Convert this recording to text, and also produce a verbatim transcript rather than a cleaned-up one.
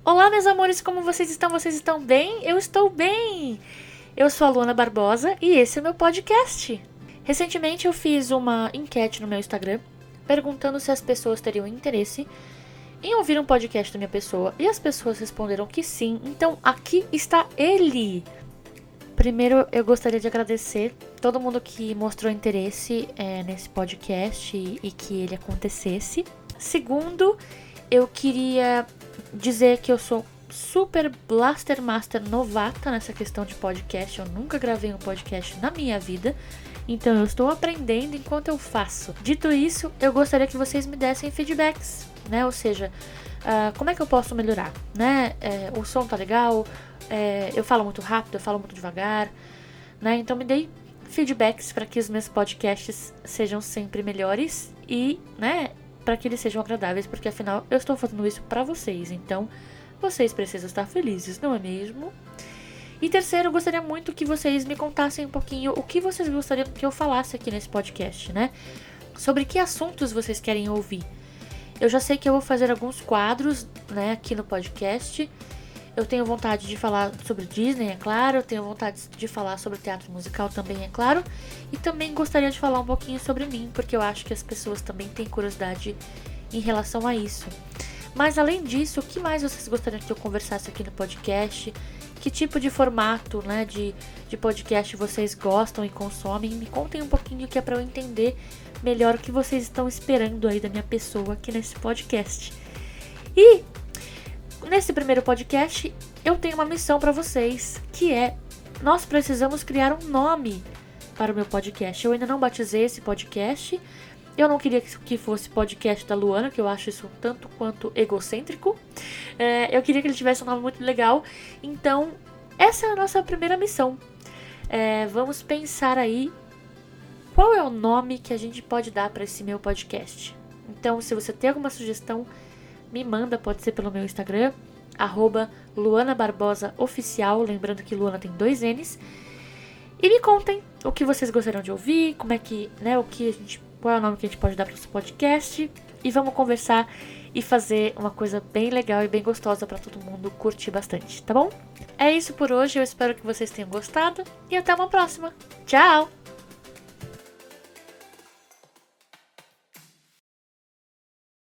Olá, meus amores, como vocês estão? Vocês estão bem? Eu estou bem! Eu sou a Luana Barbosa e esse é o meu podcast. Recentemente eu fiz uma enquete no meu Instagram perguntando se as pessoas teriam interesse em ouvir um podcast da minha pessoa e as pessoas responderam que sim, então aqui está ele! Primeiro, eu gostaria de agradecer todo mundo que mostrou interesse é, nesse podcast e, e que ele acontecesse. Segundo, eu queria dizer que eu sou super Blaster Master novata nessa questão de podcast. Eu nunca gravei um podcast na minha vida, então eu estou aprendendo enquanto eu faço. Dito isso, eu gostaria que vocês me dessem feedbacks, né? Ou seja, uh, como é que eu posso melhorar, né? É, o som tá legal, é, eu falo muito rápido, eu falo muito devagar, né? Então me dê feedbacks para que os meus podcasts sejam sempre melhores e, né, para que eles sejam agradáveis, porque afinal eu estou fazendo isso para vocês, então vocês precisam estar felizes, não é mesmo? E terceiro, eu gostaria muito que vocês me contassem um pouquinho o que vocês gostariam que eu falasse aqui nesse podcast, né? Sobre que assuntos vocês querem ouvir. Eu já sei que eu vou fazer alguns quadros, né, aqui no podcast. Eu tenho vontade de falar sobre Disney, é claro. Eu tenho vontade de falar sobre teatro musical também, é claro. E também gostaria de falar um pouquinho sobre mim, porque eu acho que as pessoas também têm curiosidade em relação a isso. Mas além disso, o que mais vocês gostariam que eu conversasse aqui no podcast? Que tipo de formato, né, de, de podcast vocês gostam e consomem? Me contem um pouquinho, que é para eu entender melhor o que vocês estão esperando aí da minha pessoa aqui nesse podcast. E nesse primeiro podcast, eu tenho uma missão para vocês, que é: nós precisamos criar um nome para o meu podcast. Eu ainda não batizei esse podcast. Eu não queria que fosse podcast da Luana, que eu acho isso um tanto quanto egocêntrico. É, eu queria que ele tivesse um nome muito legal. Então, essa é a nossa primeira missão. É, vamos pensar aí qual é o nome que a gente pode dar para esse meu podcast. Então, se você tem alguma sugestão, me manda, pode ser pelo meu Instagram, arroba Luana Barbosa Oficial, lembrando que Luana tem dois N's. E me contem o que vocês gostariam de ouvir, como é que, né, o que a gente, qual é o nome que a gente pode dar para esse podcast. E vamos conversar e fazer uma coisa bem legal e bem gostosa para todo mundo curtir bastante, tá bom? É isso por hoje, eu espero que vocês tenham gostado e até uma próxima. Tchau!